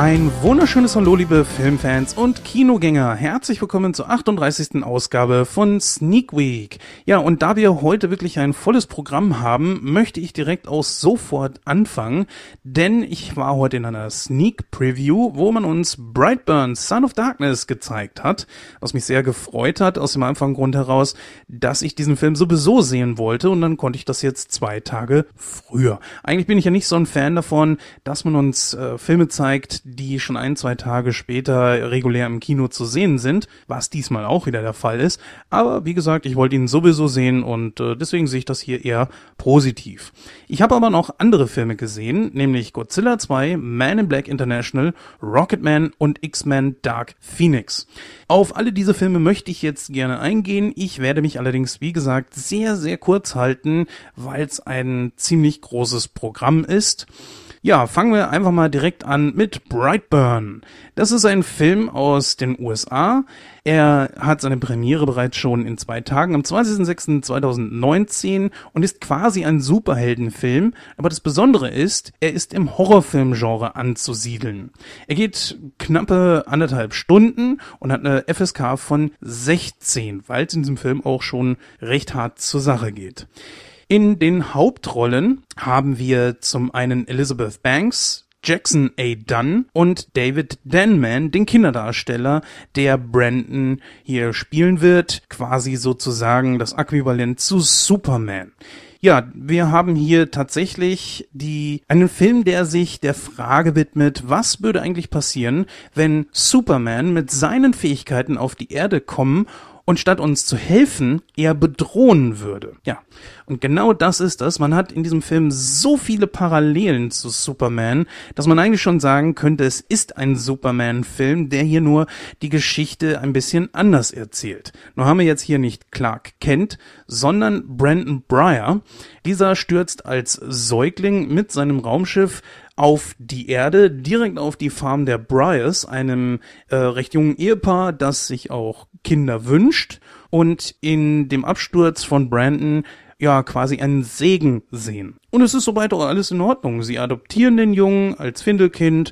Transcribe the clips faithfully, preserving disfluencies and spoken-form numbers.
Ein wunderschönes Hallo, liebe Filmfans und Kinogänger. Herzlich willkommen zur achtunddreißigsten Ausgabe von Sneak Week. Ja, und da wir heute wirklich ein volles Programm haben, möchte ich direkt auch sofort anfangen, denn ich war heute in einer Sneak Preview, wo man uns Brightburn, Son of Darkness gezeigt hat, was mich sehr gefreut hat, aus dem einfachen Grund heraus, dass ich diesen Film sowieso sehen wollte und dann konnte ich das jetzt zwei Tage früher. Eigentlich bin ich ja nicht so ein Fan davon, dass man uns äh, Filme zeigt, die schon ein, zwei Tage später regulär im Kino zu sehen sind, was diesmal auch wieder der Fall ist. Aber wie gesagt, ich wollte ihn sowieso sehen und äh, deswegen sehe ich das hier eher positiv. Ich habe aber noch andere Filme gesehen, nämlich Godzilla zwei, Man in Black International, Rocketman und X-Men Dark Phoenix. Auf alle diese Filme möchte ich jetzt gerne eingehen. Ich werde mich allerdings, wie gesagt, sehr, sehr kurz halten, weil es ein ziemlich großes Programm ist. Ja, fangen wir einfach mal direkt an mit Brightburn. Das ist ein Film aus den U S A. Er hat seine Premiere bereits schon in zwei Tagen, am zwanzigsten sechsten zweitausendneunzehn und ist quasi ein Superheldenfilm. Aber das Besondere ist, er ist im Horrorfilmgenre anzusiedeln. Er geht knappe anderthalb Stunden und hat eine F S K von sechzehn, weil es in diesem Film auch schon recht hart zur Sache geht. In den Hauptrollen haben wir zum einen Elizabeth Banks, Jackson A. Dunn und David Denman, den Kinderdarsteller, der Brandon hier spielen wird, quasi sozusagen das Äquivalent zu Superman. Ja, wir haben hier tatsächlich die einen Film, der sich der Frage widmet, was würde eigentlich passieren, wenn Superman mit seinen Fähigkeiten auf die Erde kommen und statt uns zu helfen, eher bedrohen würde. Ja, und genau das ist das. Man hat in diesem Film so viele Parallelen zu Superman, dass man eigentlich schon sagen könnte, es ist ein Superman-Film, der hier nur die Geschichte ein bisschen anders erzählt. Nur haben wir jetzt hier nicht Clark Kent, sondern Brandon Breyer. Dieser stürzt als Säugling mit seinem Raumschiff auf die Erde, direkt auf die Farm der Bryars, einem äh, recht jungen Ehepaar, das sich auch Kinder wünscht und in dem Absturz von Brandon ja quasi einen Segen sehen. Und es ist soweit auch alles in Ordnung. Sie adoptieren den Jungen als Findelkind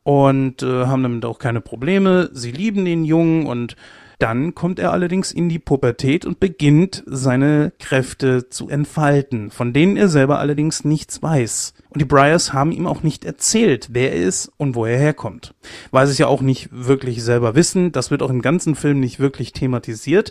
und äh, haben damit auch keine Probleme. Sie lieben den Jungen und dann kommt er allerdings in die Pubertät und beginnt seine Kräfte zu entfalten, von denen er selber allerdings nichts weiß. Und die Bryars haben ihm auch nicht erzählt, wer er ist und wo er herkommt. Weil sie es ja auch nicht wirklich selber wissen, das wird auch im ganzen Film nicht wirklich thematisiert.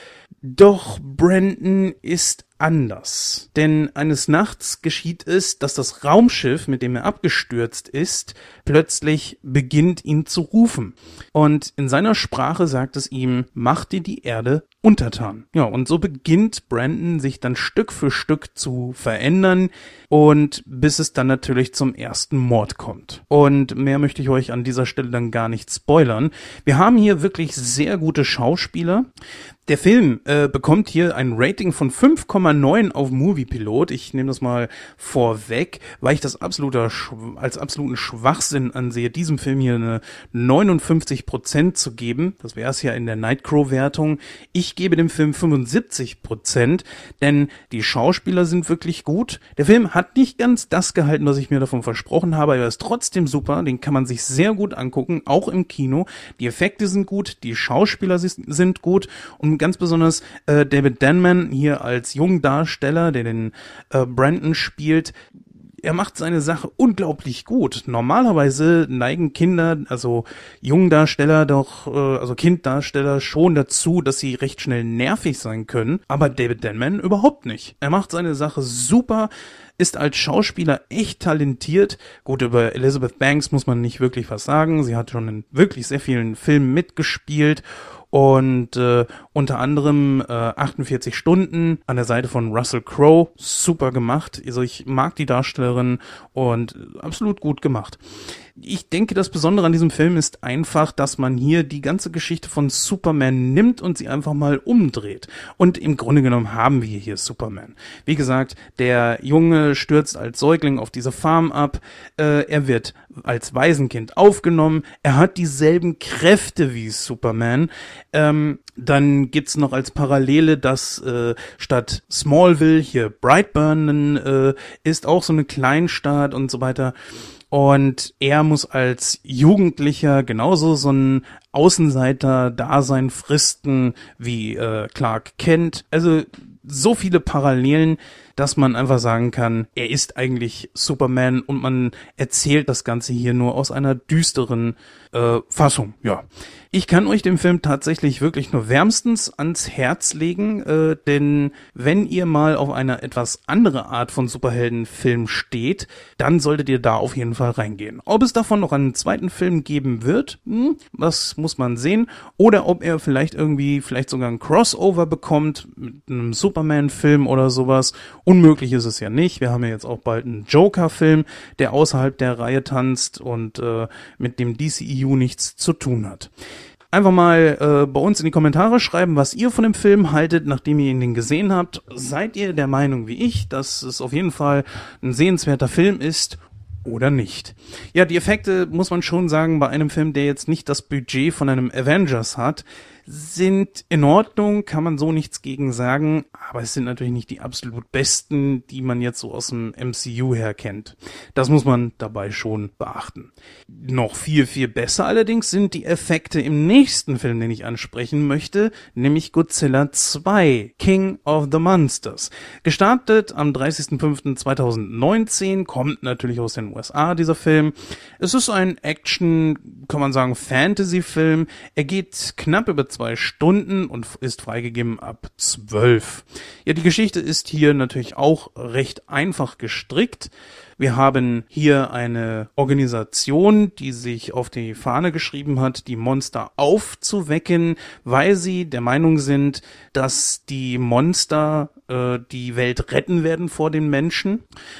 Doch Brandon ist anders. Denn eines Nachts geschieht es, dass das Raumschiff, mit dem er abgestürzt ist, plötzlich beginnt, ihn zu rufen. Und in seiner Sprache sagt es ihm, mach dir die Erde untertan. Ja, und so beginnt Brandon sich dann Stück für Stück zu verändern und bis es dann natürlich zum ersten Mord kommt. Und mehr möchte ich euch an dieser Stelle dann gar nicht spoilern. Wir haben hier wirklich sehr gute Schauspieler. Der Film äh, bekommt hier ein Rating von fünf Komma neun auf Moviepilot. Ich nehme das mal vorweg, weil ich das absoluter Sch- als absoluten Schwachsinn ansehe, diesem Film hier eine neunundfünfzig Prozent zu geben. Das wäre es ja in der Nightcrow-Wertung. Ich gebe dem Film fünfundsiebzig Prozent, denn die Schauspieler sind wirklich gut. Der Film hat nicht ganz das gehalten, was ich mir davon versprochen habe, aber er ist trotzdem super. Den kann man sich sehr gut angucken, auch im Kino. Die Effekte sind gut, die Schauspieler sind gut und ganz besonders äh, David Denman hier als Jungdarsteller, der den äh, Brandon spielt. Er macht seine Sache unglaublich gut. Normalerweise neigen Kinder, also Jungdarsteller doch, äh, also Kinddarsteller schon dazu, dass sie recht schnell nervig sein können. Aber David Denman überhaupt nicht. Er macht seine Sache super, ist als Schauspieler echt talentiert. Gut, über Elizabeth Banks muss man nicht wirklich was sagen. Sie hat schon in wirklich sehr vielen Filmen mitgespielt. Und äh, unter anderem äh, achtundvierzig Stunden an der Seite von Russell Crowe, super gemacht. Also ich mag die Darstellerin und absolut gut gemacht. Ich denke, das Besondere an diesem Film ist einfach, dass man hier die ganze Geschichte von Superman nimmt und sie einfach mal umdreht. Und im Grunde genommen haben wir hier Superman. Wie gesagt, der Junge stürzt als Säugling auf diese Farm ab. Äh, er wird als Waisenkind aufgenommen. Er hat dieselben Kräfte wie Superman. Ähm, dann gibt's noch als Parallele, dass äh, statt Smallville hier Brightburn äh, ist, auch so eine Kleinstadt und so weiter. Und er muss als Jugendlicher genauso so ein Außenseiter-Dasein fristen wie äh, Clark Kent. Also so viele Parallelen, dass man einfach sagen kann, er ist eigentlich Superman und man erzählt das Ganze hier nur aus einer düsteren äh, Fassung. Ja, ich kann euch den Film tatsächlich wirklich nur wärmstens ans Herz legen, äh, denn wenn ihr mal auf eine etwas andere Art von Superheldenfilm steht, dann solltet ihr da auf jeden Fall reingehen. Ob es davon noch einen zweiten Film geben wird, hm, das muss man sehen, oder ob er vielleicht irgendwie, vielleicht sogar ein Crossover bekommt mit einem Superman-Film oder sowas. Unmöglich ist es ja nicht. Wir haben ja jetzt auch bald einen Joker-Film, der außerhalb der Reihe tanzt und äh, mit dem D C E U nichts zu tun hat. Einfach mal äh, bei uns in die Kommentare schreiben, was ihr von dem Film haltet, nachdem ihr ihn gesehen habt. Seid ihr der Meinung wie ich, dass es auf jeden Fall ein sehenswerter Film ist oder nicht? Ja, die Effekte, muss man schon sagen, bei einem Film, der jetzt nicht das Budget von einem Avengers hat, sind in Ordnung, kann man so nichts gegen sagen, aber es sind natürlich nicht die absolut besten, die man jetzt so aus dem M C U her kennt. Das muss man dabei schon beachten. Noch viel, viel besser allerdings sind die Effekte im nächsten Film, den ich ansprechen möchte, nämlich Godzilla zwei, King of the Monsters. Gestartet am dreißigsten fünften zweitausendneunzehn, kommt natürlich aus den U S A, dieser Film. Es ist ein Action, kann man sagen, Fantasy-Film. Er geht knapp über zwei Stunden und ist freigegeben ab zwölf. Ja, die Geschichte ist hier natürlich auch recht einfach gestrickt. Wir haben hier eine Organisation, die sich auf die Fahne geschrieben hat, die Monster aufzuwecken, weil sie der Meinung sind, dass die Monster äh, die Welt retten werden vor den Menschen.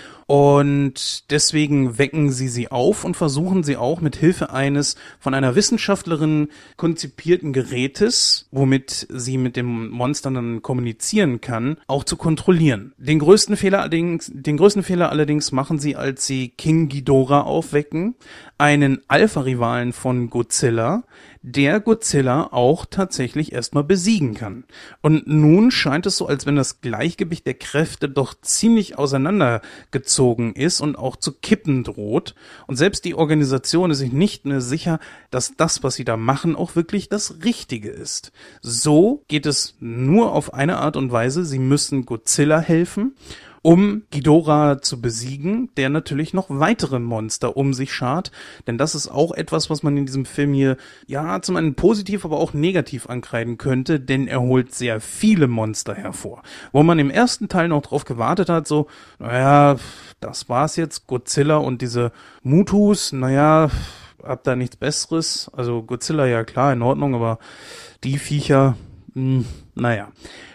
Und deswegen wecken sie sie auf und versuchen sie auch mit Hilfe eines von einer Wissenschaftlerin konzipierten Gerätes, womit sie mit dem Monster dann kommunizieren kann, auch zu kontrollieren. Den größten Fehler allerdings, den größten Fehler allerdings machen sie, als sie King Ghidorah aufwecken, einen Alpha-Rivalen von Godzilla, der Godzilla auch tatsächlich erstmal besiegen kann. Und nun scheint es so, als wenn das Gleichgewicht der Kräfte doch ziemlich auseinandergezogen ist und auch zu kippen droht. Und selbst die Organisation ist sich nicht mehr sicher, dass das, was sie da machen, auch wirklich das Richtige ist. So geht es nur auf eine Art und Weise. Sie müssen Godzilla helfen, um Ghidorah zu besiegen, der natürlich noch weitere Monster um sich schart. Denn das ist auch etwas, was man in diesem Film hier, ja, zum einen positiv, aber auch negativ ankreiden könnte, denn er holt sehr viele Monster hervor. Wo man im ersten Teil noch drauf gewartet hat, so, naja, das war's jetzt, Godzilla und diese Mutus, naja, hab da nichts Besseres. Also Godzilla, ja klar, in Ordnung, aber die Viecher, mh, naja.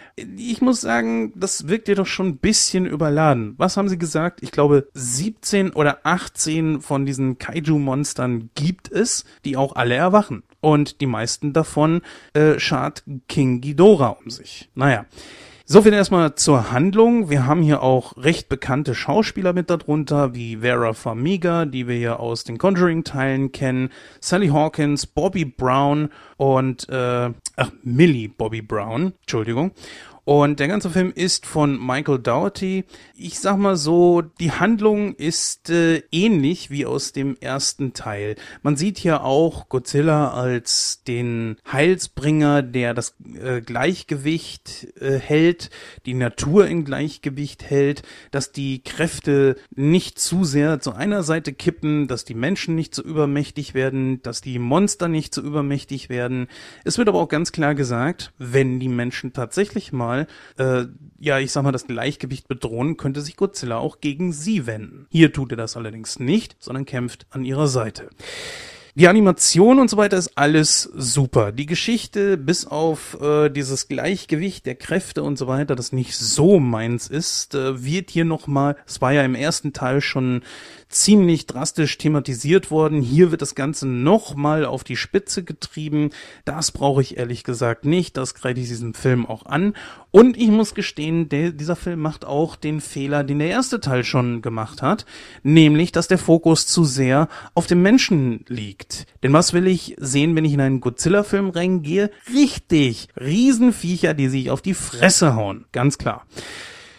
Ich muss sagen, das wirkt ja doch schon ein bisschen überladen. Was haben sie gesagt? Ich glaube, siebzehn oder achtzehn von diesen Kaiju-Monstern gibt es, die auch alle erwachen. Und die meisten davon äh, schart King Ghidorah um sich. Naja. So viel erstmal zur Handlung. Wir haben hier auch recht bekannte Schauspieler mit darunter, wie Vera Farmiga, die wir ja aus den Conjuring-Teilen kennen, Sally Hawkins, Bobby Brown und, äh, ach, Millie Bobby Brown, Entschuldigung. Und der ganze Film ist von Michael Dougherty. Ich sag mal so, die Handlung ist äh, ähnlich wie aus dem ersten Teil. Man sieht hier auch Godzilla als den Heilsbringer, der das äh, Gleichgewicht äh, hält, die Natur in Gleichgewicht hält, dass die Kräfte nicht zu sehr zu einer Seite kippen, dass die Menschen nicht so übermächtig werden, dass die Monster nicht so übermächtig werden. Es wird aber auch ganz klar gesagt, wenn die Menschen tatsächlich mal Äh, ja, ich sag mal, das Gleichgewicht bedrohen, könnte sich Godzilla auch gegen sie wenden. Hier tut er das allerdings nicht, sondern kämpft an ihrer Seite. Die Animation und so weiter ist alles super. Die Geschichte, bis auf äh, dieses Gleichgewicht der Kräfte und so weiter, das nicht so meins ist, äh, wird hier nochmal, es war ja im ersten Teil schon ziemlich drastisch thematisiert worden. Hier wird das Ganze nochmal auf die Spitze getrieben. Das brauche ich ehrlich gesagt nicht. Das kreide ich diesem Film auch an. Und ich muss gestehen, der, dieser Film macht auch den Fehler, den der erste Teil schon gemacht hat, nämlich, dass der Fokus zu sehr auf dem Menschen liegt. Denn was will ich sehen, wenn ich in einen Godzilla-Film reingehe? Richtig, Riesenviecher, die sich auf die Fresse hauen. Ganz klar.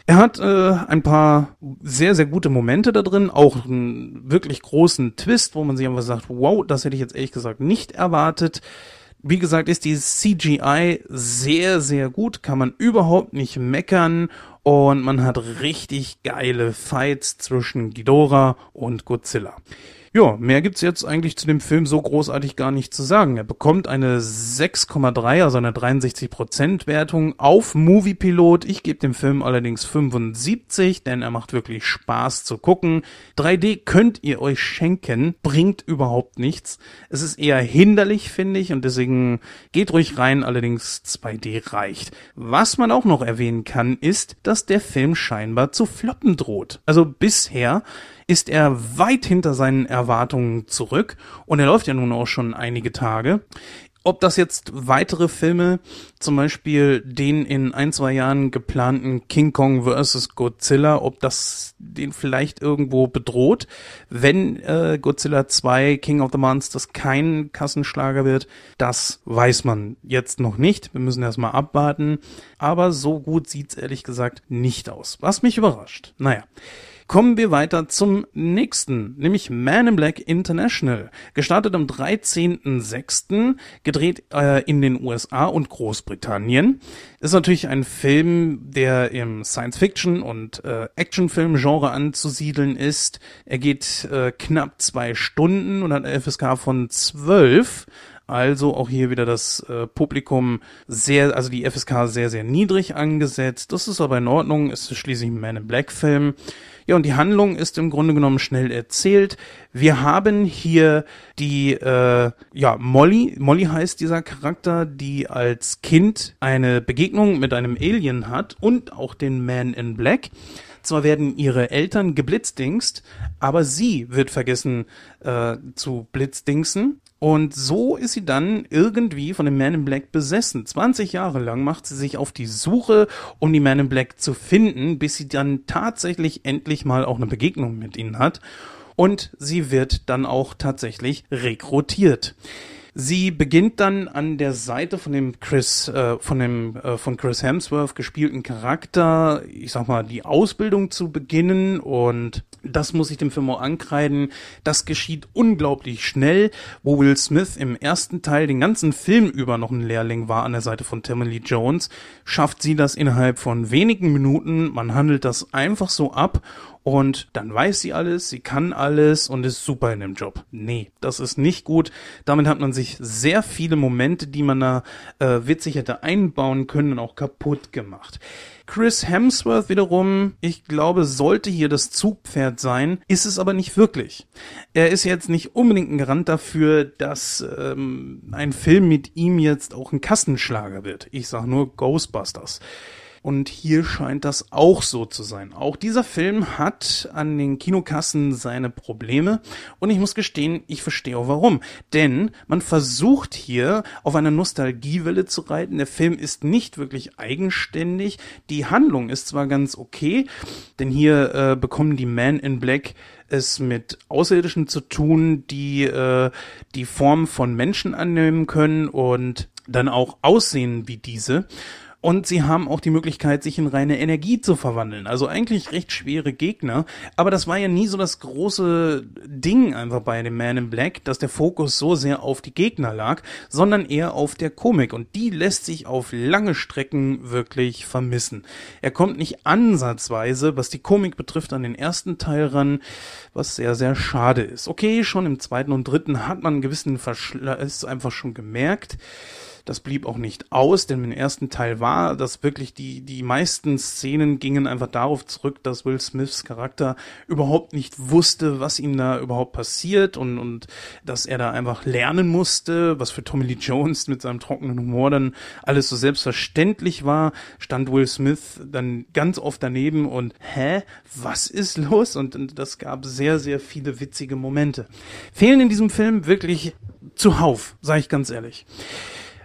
Er hat äh, ein paar sehr, sehr gute Momente da drin, auch einen wirklich großen Twist, wo man sich einfach sagt, wow, das hätte ich jetzt ehrlich gesagt nicht erwartet. Wie gesagt, ist die C G I sehr, sehr gut, kann man überhaupt nicht meckern und man hat richtig geile Fights zwischen Ghidorah und Godzilla. Ja, mehr gibt's jetzt eigentlich zu dem Film so großartig gar nicht zu sagen. Er bekommt eine sechs Komma drei, also eine dreiundsechzig Prozent Wertung auf Moviepilot. Ich gebe dem Film allerdings fünfundsiebzig, denn er macht wirklich Spaß zu gucken. drei D könnt ihr euch schenken, bringt überhaupt nichts. Es ist eher hinderlich, finde ich, und deswegen geht ruhig rein, allerdings zwei D reicht. Was man auch noch erwähnen kann, ist, dass der Film scheinbar zu floppen droht. Also bisher ist er weit hinter seinen Erwartungen zurück und er läuft ja nun auch schon einige Tage. Ob das jetzt weitere Filme, zum Beispiel den in ein, zwei Jahren geplanten King Kong versus. Godzilla, ob das den vielleicht irgendwo bedroht, wenn äh, Godzilla zwei King of the Monsters kein Kassenschlager wird, das weiß man jetzt noch nicht. Wir müssen erstmal abwarten, aber so gut sieht's ehrlich gesagt nicht aus, was mich überrascht. Naja. Kommen wir weiter zum nächsten, nämlich Man in Black International. Gestartet am dreizehnten sechsten, gedreht äh, in den U S A und Großbritannien. Ist natürlich ein Film, der im Science-Fiction- und äh, Action-Film-Genre anzusiedeln ist. Er geht äh, knapp zwei Stunden und hat eine F S K von zwölf. Also auch hier wieder das äh, Publikum sehr, also die F S K sehr, sehr niedrig angesetzt. Das ist aber in Ordnung, es ist schließlich ein Man in Black Film. Ja, und die Handlung ist im Grunde genommen schnell erzählt. Wir haben hier die, äh, ja, Molly, Molly heißt dieser Charakter, die als Kind eine Begegnung mit einem Alien hat und auch den Man in Black. Zwar werden ihre Eltern geblitzdingst, aber sie wird vergessen äh, zu blitzdingsen. Und so ist sie dann irgendwie von dem Man in Black besessen. zwanzig Jahre lang macht sie sich auf die Suche, um die Man in Black zu finden, bis sie dann tatsächlich endlich mal auch eine Begegnung mit ihnen hat. Und sie wird dann auch tatsächlich rekrutiert. Sie beginnt dann an der Seite von dem Chris, äh, von dem äh, von Chris Hemsworth gespielten Charakter, ich sag mal, die Ausbildung zu beginnen, und das muss ich dem Film auch ankreiden. Das geschieht unglaublich schnell, wo Will Smith im ersten Teil den ganzen Film über noch ein Lehrling war an der Seite von Tommy Lee Jones, schafft sie das innerhalb von wenigen Minuten. Man handelt das einfach so ab. Und dann weiß sie alles, sie kann alles und ist super in dem Job. Nee, das ist nicht gut. Damit hat man sich sehr viele Momente, die man da äh, witzig hätte einbauen können, auch kaputt gemacht. Chris Hemsworth wiederum, ich glaube, sollte hier das Zugpferd sein, ist es aber nicht wirklich. Er ist jetzt nicht unbedingt ein Garant dafür, dass ähm, ein Film mit ihm jetzt auch ein Kassenschlager wird. Ich sag nur Ghostbusters. Und hier scheint das auch so zu sein. Auch dieser Film hat an den Kinokassen seine Probleme. Und ich muss gestehen, ich verstehe auch warum. Denn man versucht hier auf einer Nostalgiewelle zu reiten. Der Film ist nicht wirklich eigenständig. Die Handlung ist zwar ganz okay, denn hier äh, bekommen die Man in Black es mit Außerirdischen zu tun, die äh, die Form von Menschen annehmen können und dann auch aussehen wie diese. Und sie haben auch die Möglichkeit, sich in reine Energie zu verwandeln. Also eigentlich recht schwere Gegner. Aber das war ja nie so das große Ding einfach bei dem Man in Black, dass der Fokus so sehr auf die Gegner lag, sondern eher auf der Komik. Und die lässt sich auf lange Strecken wirklich vermissen. Er kommt nicht ansatzweise, was die Komik betrifft, an den ersten Teil ran, was sehr, sehr schade ist. Okay, schon im zweiten und dritten hat man einen gewissen Verschleiß einfach schon gemerkt. Das blieb auch nicht aus, denn im ersten Teil war das wirklich, die die meisten Szenen gingen einfach darauf zurück, dass Will Smiths Charakter überhaupt nicht wusste, was ihm da überhaupt passiert, und und dass er da einfach lernen musste, was für Tommy Lee Jones mit seinem trockenen Humor dann alles so selbstverständlich war, stand Will Smith dann ganz oft daneben und hä, was ist los? Und, und das gab sehr, sehr viele witzige Momente. Fehlen in diesem Film wirklich zuhauf, sage ich ganz ehrlich.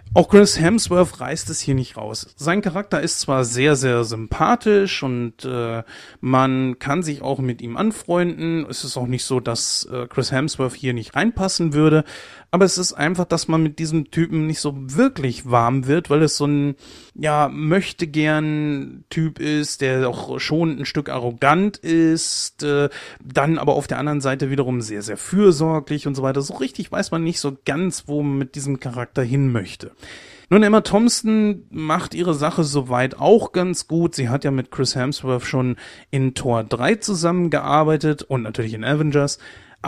Auch Chris Hemsworth reißt es hier nicht raus. Sein Charakter ist zwar sehr, sehr sympathisch und äh, man kann sich auch mit ihm anfreunden. Es ist auch nicht so, dass äh, Chris Hemsworth hier nicht reinpassen würde, aber es ist einfach, dass man mit diesem Typen nicht so wirklich warm wird, weil es so ein, ja, möchte gern Typ ist, der auch schon ein Stück arrogant ist, äh, dann aber auf der anderen Seite wiederum sehr, sehr fürsorglich und so weiter. So richtig weiß man nicht so ganz, wo man mit diesem Charakter hin möchte. Nun, Emma Thompson macht ihre Sache soweit auch ganz gut. Sie hat ja mit Chris Hemsworth schon in Thor drei zusammengearbeitet und natürlich in Avengers,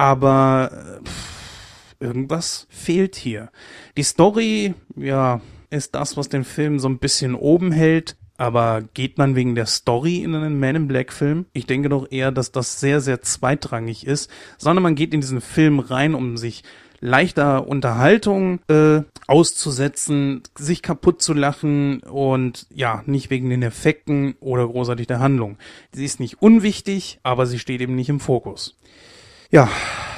aber pff, irgendwas fehlt hier. Die Story, ja, ist das, was den Film so ein bisschen oben hält. Aber geht man wegen der Story in einen Man in Black Film? Ich denke doch eher, dass das sehr, sehr zweitrangig ist, sondern man geht in diesen Film rein, um sich leichter Unterhaltung äh, auszusetzen, sich kaputt zu lachen und ja, nicht wegen den Effekten oder großartig der Handlung. Sie ist nicht unwichtig, aber sie steht eben nicht im Fokus. Ja,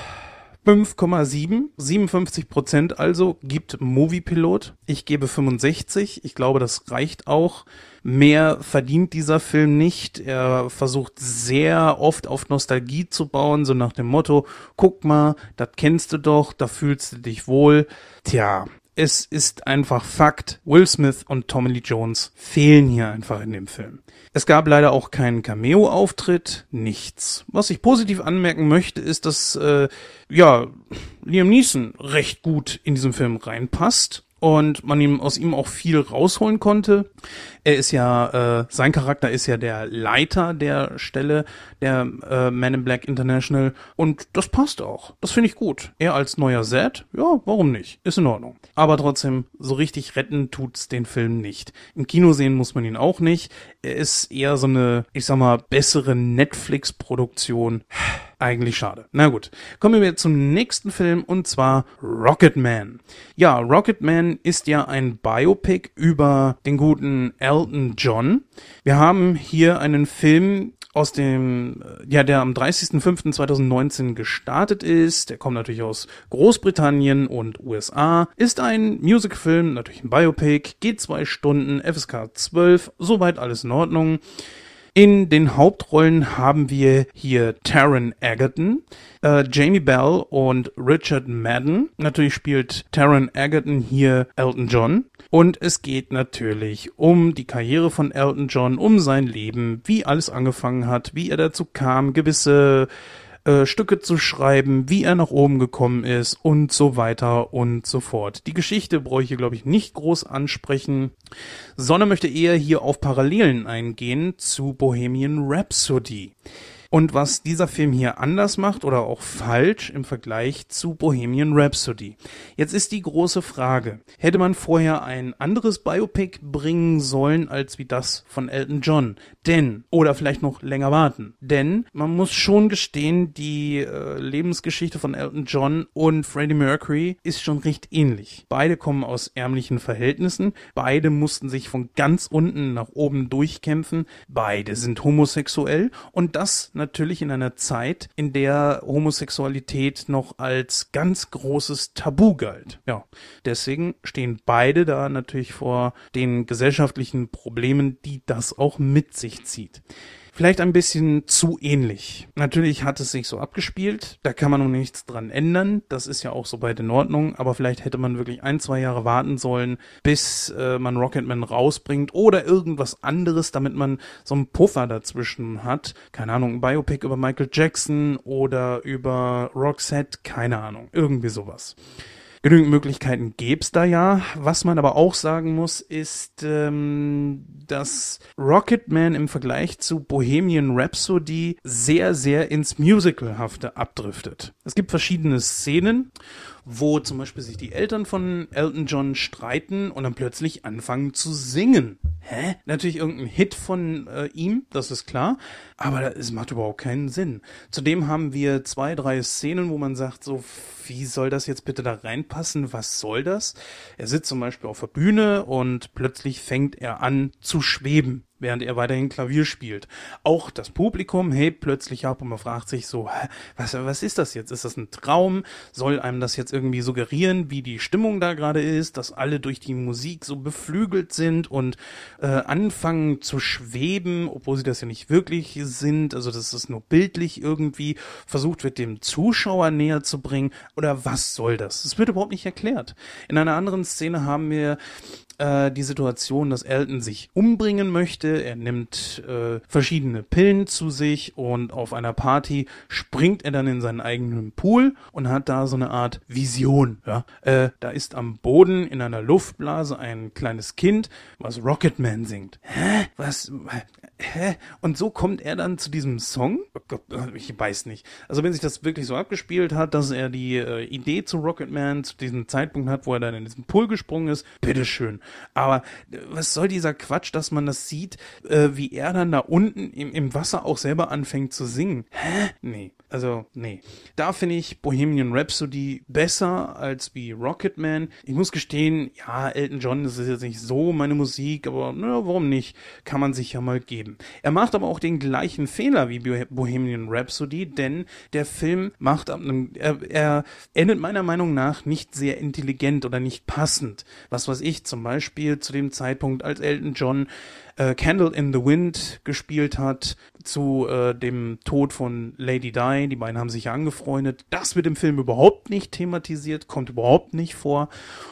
fünf Komma sieben, siebenundfünfzig Prozent also gibt Moviepilot. Ich gebe fünfundsechzig. Ich glaube, das reicht auch. Mehr verdient dieser Film nicht. Er versucht sehr oft auf Nostalgie zu bauen, so nach dem Motto, guck mal, das kennst du doch, da fühlst du dich wohl. Tja, es ist einfach Fakt. Will Smith und Tommy Lee Jones fehlen hier einfach in dem Film. Es gab leider auch keinen Cameo-Auftritt, nichts. Was ich positiv anmerken möchte, ist, dass äh, ja Liam Neeson recht gut in diesem Film reinpasst und man ihm aus ihm auch viel rausholen konnte. Er ist ja, äh, sein Charakter ist ja der Leiter der Stelle der äh, Man in Black International und das passt auch. Das finde ich gut. Er als neuer Zed, ja, warum nicht? Ist in Ordnung. Aber trotzdem, so richtig retten tut's den Film nicht. Im Kino sehen muss man ihn auch nicht. Er ist eher so eine, ich sag mal, bessere Netflix-Produktion. Eigentlich schade. Na gut, kommen wir zum nächsten Film und zwar Rocketman. Ja, Rocketman ist ja ein Biopic über den guten Elton John. Wir haben hier einen Film aus dem, ja, der am dreißigsten fünften zweitausendneunzehn gestartet ist. Der kommt natürlich aus Großbritannien und U S A. Ist ein Musicalfilm, natürlich ein Biopic, geht zwei Stunden, F S K zwölf, soweit alles in Ordnung. In den Hauptrollen haben wir hier Taron Egerton, äh, Jamie Bell und Richard Madden. Natürlich spielt Taron Egerton hier Elton John. Und es geht natürlich um die Karriere von Elton John, um sein Leben, wie alles angefangen hat, wie er dazu kam, gewisse Äh, Stücke zu schreiben, wie er nach oben gekommen ist und so weiter und so fort. Die Geschichte brauche ich hier, glaube ich, nicht groß ansprechen, sondern möchte eher hier auf Parallelen eingehen zu Bohemian Rhapsody. Und was dieser Film hier anders macht oder auch falsch im Vergleich zu Bohemian Rhapsody. Jetzt ist die große Frage, hätte man vorher ein anderes Biopic bringen sollen als wie das von Elton John? Denn, oder vielleicht noch länger warten, denn man muss schon gestehen, die äh, Lebensgeschichte von Elton John und Freddie Mercury ist schon recht ähnlich. Beide kommen aus ärmlichen Verhältnissen, beide mussten sich von ganz unten nach oben durchkämpfen, beide sind homosexuell und das natürlich in einer Zeit, in der Homosexualität noch als ganz großes Tabu galt. Ja, deswegen stehen beide da natürlich vor den gesellschaftlichen Problemen, die das auch mit sich zieht. Vielleicht ein bisschen zu ähnlich. Natürlich hat es sich so abgespielt, da kann man noch nichts dran ändern, das ist ja auch soweit in Ordnung, aber vielleicht hätte man wirklich ein, zwei Jahre warten sollen, bis äh, man Rocketman rausbringt oder irgendwas anderes, damit man so einen Puffer dazwischen hat. Keine Ahnung, ein Biopic über Michael Jackson oder über Roxette, keine Ahnung, irgendwie sowas. Genügend Möglichkeiten gäb's da ja. Was man aber auch sagen muss, ist, ähm, dass Rocketman im Vergleich zu Bohemian Rhapsody sehr, sehr ins Musicalhafte abdriftet. Es gibt verschiedene Szenen, wo zum Beispiel sich die Eltern von Elton John streiten und dann plötzlich anfangen zu singen. Hä? Natürlich irgendein Hit von äh, ihm, das ist klar, aber es macht überhaupt keinen Sinn. Zudem haben wir zwei, drei Szenen, wo man sagt so, wie soll das jetzt bitte da reinpassen? Was soll das? Er sitzt zum Beispiel auf der Bühne und plötzlich fängt er an zu schweben. während er weiterhin Klavier spielt. Auch das Publikum hebt plötzlich ab und man fragt sich so, was, was ist das jetzt? Ist das ein Traum? Soll einem das jetzt irgendwie suggerieren, wie die Stimmung da gerade ist, dass alle durch die Musik so beflügelt sind und äh, anfangen zu schweben, obwohl sie das ja nicht wirklich sind, also dass es nur bildlich irgendwie versucht wird, dem Zuschauer näher zu bringen, oder was soll das? Das wird überhaupt nicht erklärt. In einer anderen Szene haben wir äh, die Situation, dass Elton sich umbringen möchte. Er nimmt äh, verschiedene Pillen zu sich und auf einer Party springt er dann in seinen eigenen Pool und hat da so eine Art Vision. Ja? Äh, da ist am Boden in einer Luftblase ein kleines Kind, was Rocketman singt. Hä? Was? Hä? Und so kommt er dann zu diesem Song? Oh Gott, ich weiß nicht. Also wenn sich das wirklich so abgespielt hat, dass er die äh, Idee zu Rocketman zu diesem Zeitpunkt hat, wo er dann in diesen Pool gesprungen ist, bitteschön. Aber äh, was soll dieser Quatsch, dass man das sieht, äh, wie er dann da unten im, im Wasser auch selber anfängt zu singen? Hä? Nee. Also, nee. Da finde ich Bohemian Rhapsody besser als wie Rocketman. Ich muss gestehen, ja, Elton John, das ist jetzt nicht so meine Musik, aber naja, warum nicht? Kann man sich ja mal geben. Er macht aber auch den gleichen Fehler wie Bohemian Rhapsody, denn der Film macht ab einem, er, er endet meiner Meinung nach nicht sehr intelligent oder nicht passend. Was weiß ich, zum Beispiel zu dem Zeitpunkt, als Elton John äh, Candle in the Wind gespielt hat, zu äh, dem Tod von Lady Di. Die beiden haben sich ja angefreundet. Das wird im Film überhaupt nicht thematisiert, kommt überhaupt nicht vor.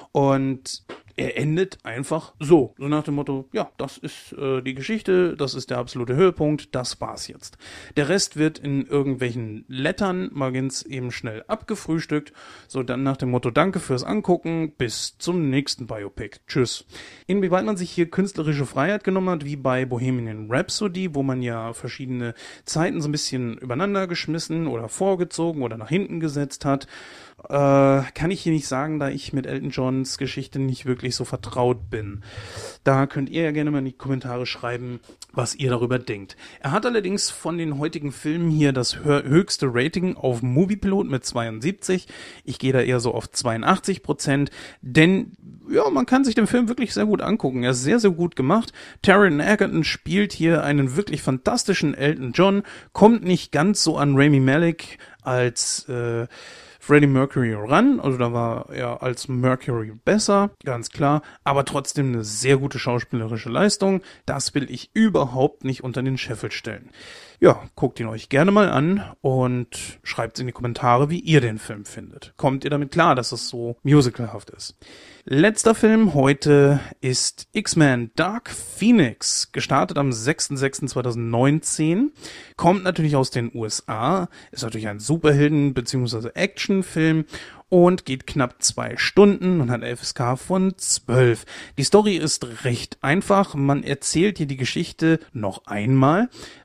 Und er endet einfach so. So nach dem Motto, ja, das ist äh, die Geschichte, das ist der absolute Höhepunkt, das war's jetzt. Der Rest wird in irgendwelchen Lettern mal ganz eben schnell abgefrühstückt. So dann nach dem Motto, danke fürs Angucken, bis zum nächsten Biopic. Tschüss. Inwieweit man sich hier künstlerische Freiheit genommen hat, wie bei Bohemian Rhapsody, wo man ja verschiedene Zeiten so ein bisschen übereinander geschmissen oder vorgezogen oder nach hinten gesetzt hat, Äh, kann ich hier nicht sagen, da ich mit Elton Johns Geschichte nicht wirklich so vertraut bin. Da könnt ihr ja gerne mal in die Kommentare schreiben, was ihr darüber denkt. Er hat allerdings von den heutigen Filmen hier das höchste Rating auf Moviepilot mit zweiundsiebzig. Ich gehe da eher so auf zweiundachtzig Prozent, denn ja, man kann sich den Film wirklich sehr gut angucken. Er ist sehr, sehr gut gemacht. Taron Egerton spielt hier einen wirklich fantastischen Elton John, kommt nicht ganz so an Rami Malek als äh, Freddie Mercury ran, also da war er als Mercury besser, ganz klar, aber trotzdem eine sehr gute schauspielerische Leistung. Das will ich überhaupt nicht unter den Scheffel stellen. Ja, guckt ihn euch gerne mal an und schreibt in die Kommentare, wie ihr den Film findet. Kommt ihr damit klar, dass es so musicalhaft ist? Letzter Film heute ist X-Men Dark Phoenix, gestartet am sechster sechster zweitausendneunzehn, kommt natürlich aus den U S A, ist natürlich ein Superhelden- bzw. Actionfilm und geht knapp zwei Stunden und hat F S K von zwölf. Die Story ist recht einfach. Man erzählt hier die Geschichte noch einmal,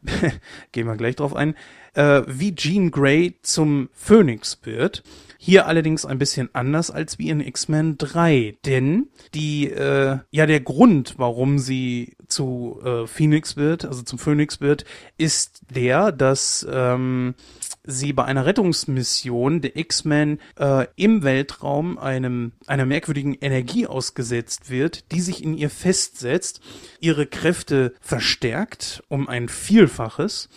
gehen wir gleich drauf ein, äh, wie Jean Grey zum Phönix wird. Hier allerdings ein bisschen anders als wie in X-Men drei, denn die, äh, ja, der Grund, warum sie zu äh, Phoenix wird, also zum Phönix wird, ist der, dass ähm, sie bei einer Rettungsmission der X-Men äh, im Weltraum einem einer merkwürdigen Energie ausgesetzt wird, die sich in ihr festsetzt, ihre Kräfte verstärkt um ein Vielfaches.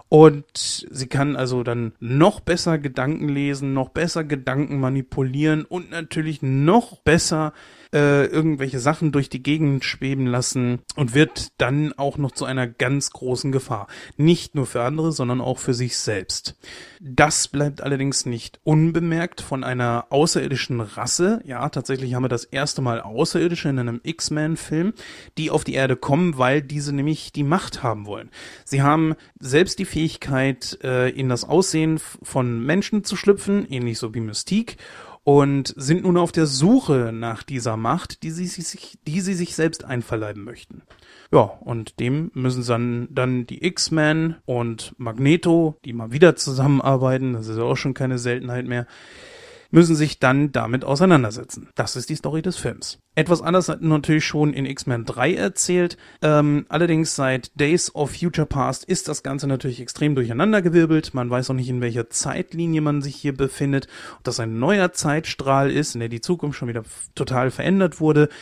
Und sie kann also dann noch besser Gedanken lesen, noch besser Gedanken manipulieren und natürlich noch besser äh, irgendwelche Sachen durch die Gegend schweben lassen und wird dann auch noch zu einer ganz großen Gefahr. Nicht nur für andere, sondern auch für sich selbst. Das bleibt allerdings nicht unbemerkt von einer außerirdischen Rasse. Ja, tatsächlich haben wir das erste Mal Außerirdische in einem X-Men-Film, die auf die Erde kommen, weil diese nämlich die Macht haben wollen. Sie haben selbst die Fähigkeit, äh, in das Aussehen von Menschen zu schlüpfen, ähnlich so wie Mystique, und sind nun auf der Suche nach dieser Macht, die sie sich, die sie sich selbst einverleiben möchten. Ja, und dem müssen dann, dann die X-Men und Magneto, die mal wieder zusammenarbeiten, das ist ja auch schon keine Seltenheit mehr, müssen sich dann damit auseinandersetzen. Das ist die Story des Films. Etwas anders hat natürlich schon in X-Men drei erzählt. Ähm, allerdings seit Days of Future Past ist das Ganze natürlich extrem durcheinandergewirbelt. Man weiß auch nicht, in welcher Zeitlinie man sich hier befindet. Ob das ein neuer Zeitstrahl ist, in der die Zukunft schon wieder f- total verändert wurde.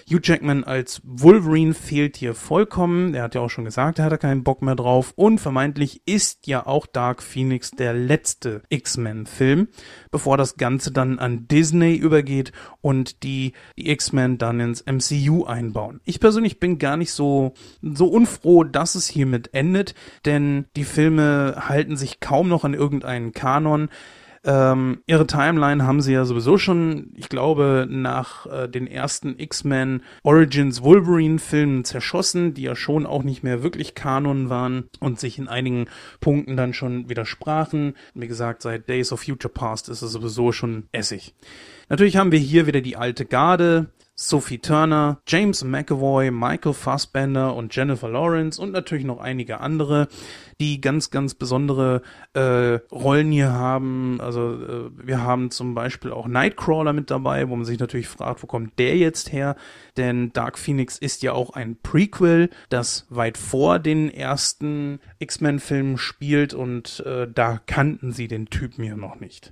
Hugh Jackman als Wolverine fehlt hier vollkommen. Er hat ja auch schon gesagt, er hat da keinen Bock mehr drauf. Und vermeintlich ist ja auch Dark Phoenix der letzte X-Men-Film, bevor das Ganze dann an Disney übergeht und die, die X-Men dann ins M C U einbauen. Ich persönlich bin gar nicht so, so unfroh, dass es hiermit endet, denn die Filme halten sich kaum noch an irgendeinen Kanon. Ähm, ihre Timeline haben sie ja sowieso schon, ich glaube, nach äh, den ersten X-Men Origins Wolverine-Filmen zerschossen, die ja schon auch nicht mehr wirklich Kanon waren und sich in einigen Punkten dann schon widersprachen. Wie gesagt, seit Days of Future Past ist es sowieso schon Essig. Natürlich haben wir hier wieder die alte Garde. Sophie Turner, James McAvoy, Michael Fassbender und Jennifer Lawrence und natürlich noch einige andere, die ganz, ganz besondere äh, Rollen hier haben. Also äh, wir haben zum Beispiel auch Nightcrawler mit dabei, wo man sich natürlich fragt, wo kommt der jetzt her? Denn Dark Phoenix ist ja auch ein Prequel, das weit vor den ersten X-Men-Filmen spielt und äh, da kannten sie den Typen ja noch nicht.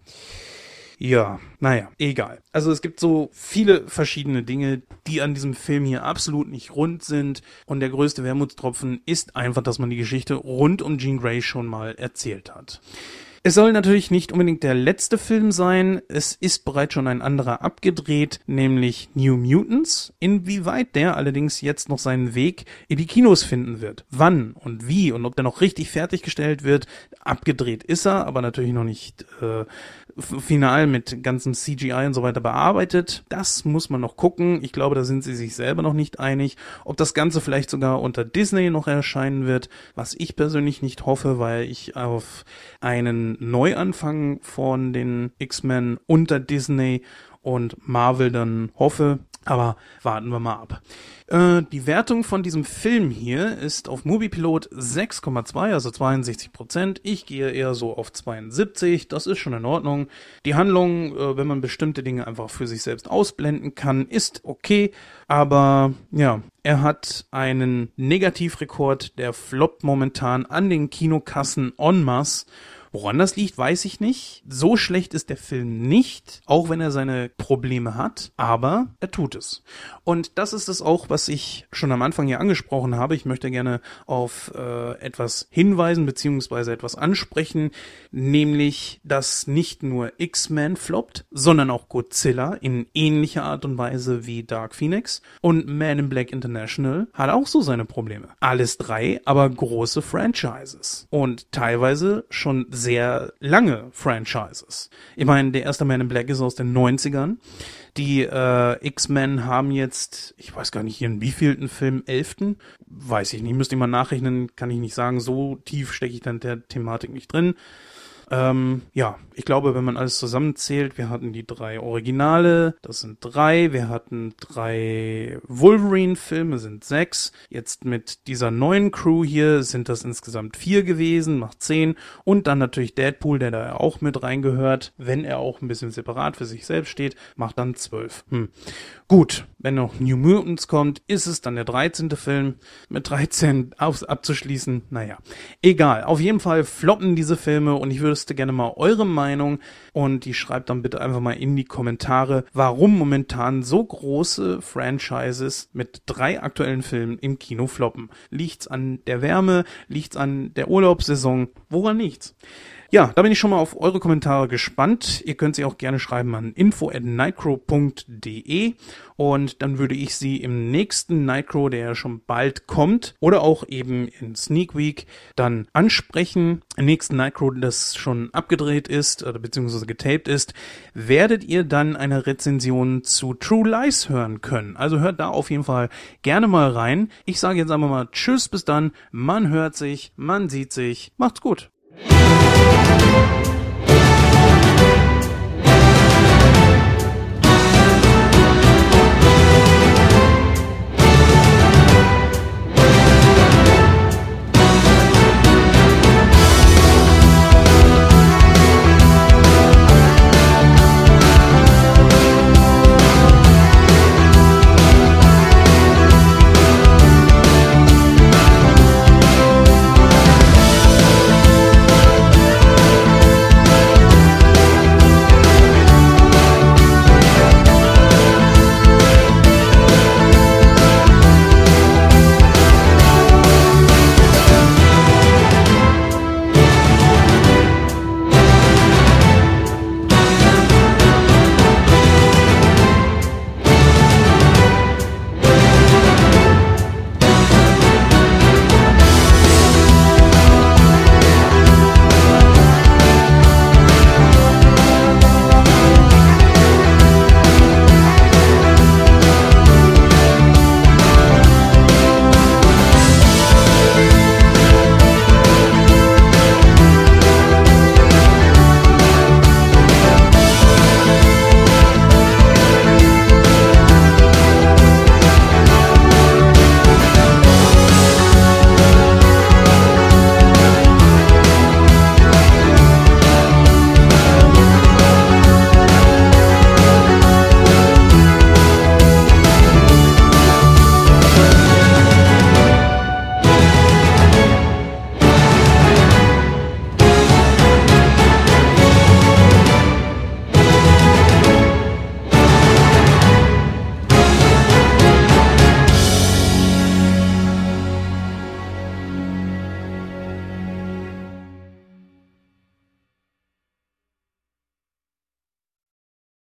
Ja, naja, egal. Also es gibt so viele verschiedene Dinge, die an diesem Film hier absolut nicht rund sind. Und der größte Wermutstropfen ist einfach, dass man die Geschichte rund um Jean Grey schon mal erzählt hat. Es soll natürlich nicht unbedingt der letzte Film sein. Es ist bereits schon ein anderer abgedreht, nämlich New Mutants. Inwieweit der allerdings jetzt noch seinen Weg in die Kinos finden wird. Wann und wie und ob der noch richtig fertiggestellt wird. Abgedreht ist er, aber natürlich noch nicht äh, final mit ganzem C G I und so weiter bearbeitet. Das muss man noch gucken. Ich glaube, da sind sie sich selber noch nicht einig. Ob das Ganze vielleicht sogar unter Disney noch erscheinen wird, was ich persönlich nicht hoffe, weil ich auf einen Neuanfang von den X-Men unter Disney und Marvel dann hoffe. Aber warten wir mal ab. Äh, die Wertung von diesem Film hier ist auf Moviepilot sechs Komma zwei, also zweiundsechzig Prozent. Ich gehe eher so auf zweiundsiebzig, das ist schon in Ordnung. Die Handlung, äh, wenn man bestimmte Dinge einfach für sich selbst ausblenden kann, ist okay. Aber ja, er hat einen Negativrekord, der floppt momentan an den Kinokassen en masse. Woran das liegt, weiß ich nicht. So schlecht ist der Film nicht, auch wenn er seine Probleme hat, aber er tut es. Und das ist es auch, was ich schon am Anfang hier angesprochen habe. Ich möchte gerne auf äh, etwas hinweisen bzw. etwas ansprechen, nämlich, dass nicht nur X-Men floppt, sondern auch Godzilla in ähnlicher Art und Weise wie Dark Phoenix und Man in Black International hat auch so seine Probleme. Alles drei, aber große Franchises und teilweise schon sehr lange Franchises. Ich meine, der erste Man in Black ist aus den neunzigern. Die äh, X-Men haben jetzt, ich weiß gar nicht, ihren wievielten Film, elften? Weiß ich nicht, müsste ich mal nachrechnen, kann ich nicht sagen. So tief stecke ich dann der Thematik nicht drin. Ähm, ja, ich glaube, wenn man alles zusammenzählt, wir hatten die drei Originale, das sind drei, wir hatten drei Wolverine-Filme, sind sechs, jetzt mit dieser neuen Crew hier sind das insgesamt vier gewesen, macht zehn und dann natürlich Deadpool, der da auch mit reingehört, wenn er auch ein bisschen separat für sich selbst steht, macht dann zwölf. Hm. Gut, wenn noch New Mutants kommt, ist es dann der dreizehnte Film, mit dreizehn auf, abzuschließen, naja, egal, auf jeden Fall floppen diese Filme und ich würde gerne mal eure Meinung und die schreibt dann bitte einfach mal in die Kommentare, warum momentan so große Franchises mit drei aktuellen Filmen im Kino floppen. Liegt's an der Wärme? Liegt's an der Urlaubssaison? Woran liegt's? Ja, da bin ich schon mal auf eure Kommentare gespannt. Ihr könnt sie auch gerne schreiben an info at nightcrow punkt de und dann würde ich sie im nächsten Nightcrow, der ja schon bald kommt, oder auch eben in Sneak Week dann ansprechen. Im nächsten Nightcrow, das schon abgedreht ist oder beziehungsweise getaped ist, werdet ihr dann eine Rezension zu True Lies hören können. Also hört da auf jeden Fall gerne mal rein. Ich sage jetzt einfach mal Tschüss, bis dann. Man hört sich, man sieht sich. Macht's gut. Thank you.